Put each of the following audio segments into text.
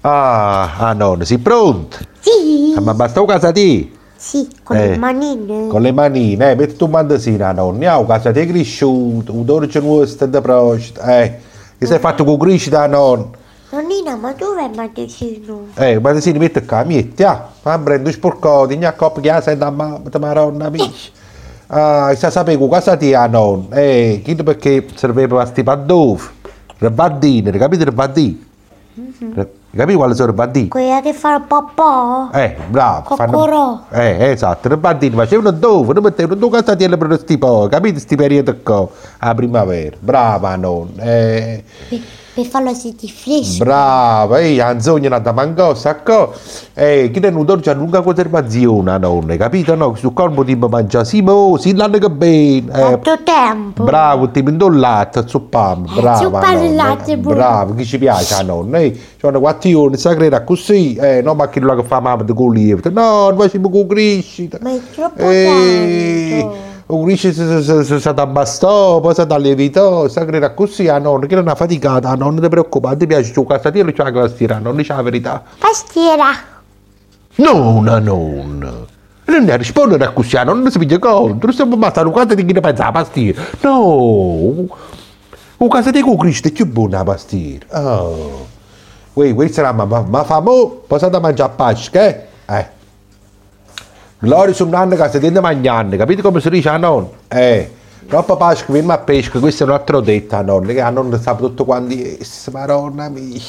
Ah, nonna, sei pronto? Sì. Ma basta casa ti? Sì, con le manine. Con le manine, metti tu mandasina, nonna, casa ti è cresciuto, un dolce nuovo da prosciutto, che sei fatto con crescita, nonna. Nonnina, ma dov'è il matecino? Mandasini, metti qua, metti, ma prendo sporcato, non coppa che sei da maronna, amici. Ah, sa sapere cosa ti ha, nonna, chiedo perché serveva per sti pantofi, rabbaddine, capite rabbaddine? Capito quali sono i rabbaddini? Quella che fa il papà? Bravo. Coccorò. Esatto, i rabbaddini facevano dove? Non mettevano due cazzatielle per sti po', capite sti periodi qua? A primavera, brava nonna, Per farlo sentire fresco. brava, anzogna da mangosta qua, chi è un dolce a lunga conservazione, nonna, capito? No, sul corpo ti mangia si l'hanno che bene. Quanto tempo? Bravo, ti mando il latte, zuppam, brava. zuppare il nonna, latte, buono. bravo, chi ci piace a nonna, c'hanno 4 giorni, sa credo così, no, ma chi lo che fa mamma con il lievito, no, non facciamo con crescita. Ma è troppo tanto. Un crescita si abbastò, poi si lievitò, sa credo così a nonna, che non è faticata, non ti preoccupare, ti piace giocare a statiera, c'è la classiera, non dice la verità. Pastiera. Nonna, non ne rispondere a così, non si piglia conto, non stiamo bastando quanto ti chiede pensa la pastiera. No, un casa di Cristo è più buona la pastiera. Oh, questa è ma fa mo', passate a mangiare a Pasqua, Gloria su un anno che si tende a mangiare, capite come si dice a nonna? Troppo Pasqua, vieni a pesca, questo è un altro detto a nonna, che a nonna sa tutto quanto è, maronna mia.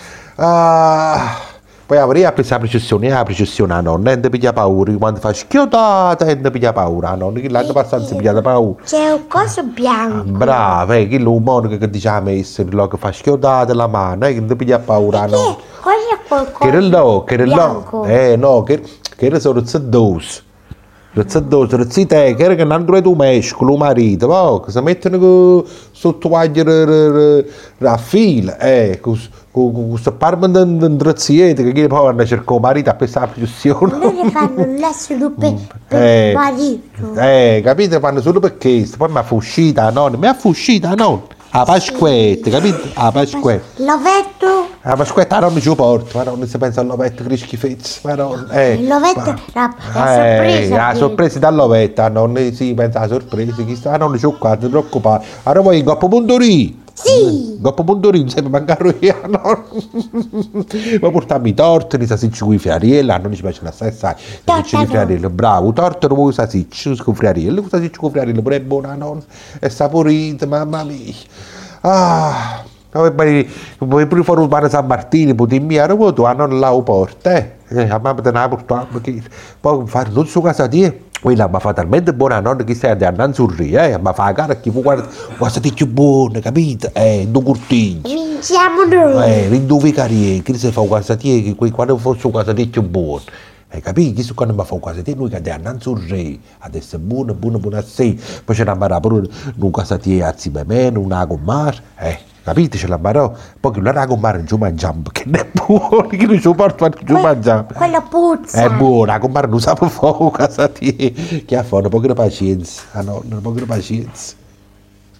Poi avrei a pensare la processione a nonna, e non piglia paura, quando fa schiottata e non piglia paura a nonna, che l'anno passato si piglia paura. C'è un coso bianco. Brava, che l'uomo che dice a me, che fa schiottata la mano, che non piglia paura a nonna. Cosa è qualcosa? Che no, che sono zeddosi. Zeddosi, che non hanno tu mescolo, marito, che si mettono sotto la fila, questo parma di drazziete, che poi vanno a cercare un marito a questa processione. Non ne fanno l'essere per marito. Capite? Fanno solo per questo, poi mi ha uscita, nonna, a Pasquetta, capito? A Pasquetta. L'ovetto? A Pasquetta non ci porto, ma non si pensa all'ovetto che schifezza, ma non, L'ovetto, la sorpresa. La sorpresa dall'ovetto, non si pensa alla sorpresa, chi sta, non c'ho qua, non ti preoccupare. Allora poi in Coppa Mondorì. Sì. Coppa Mondorì, sempre mancare io, no? Ma portarmi i torti, li sasicci con i friarielli, non ci piace la stessa, sasicci con i friarielli, bravo, torto non vuoi sasicci con i friarielli, sasicci con i friarielli, pure è buona, non? È saporita, mamma mia. Poi pure fuori un bar San Martino, potevi mia, non tu non la porta, a mamma te ne portare, poi fare non so casa di. Quella mi fa talmente buona nonna che stai andando a sorridere, mi fa la gara che guarda ti più buona, capito? Due cortigli. Vinciamo noi. Rinduvi carriere, che se fa qualcosa di che quando fosse qualcosa di più buono. Capito? Che quando mi fa qualcosa di noi che andiamo a sorridere, adesso è buona a sé, poi ce l'abbiamo pure un casa di assieme a me, una gommare, capite? Ce l'abbiamo, poi una gommare non ci mangiamo, perché non è buono, che non ci porto, non ci mangiamo. Quella puzza. È buona, la gommare non sa per fare casa di, che ha fatto, un po' di pazienza, no, un po' di pazienza.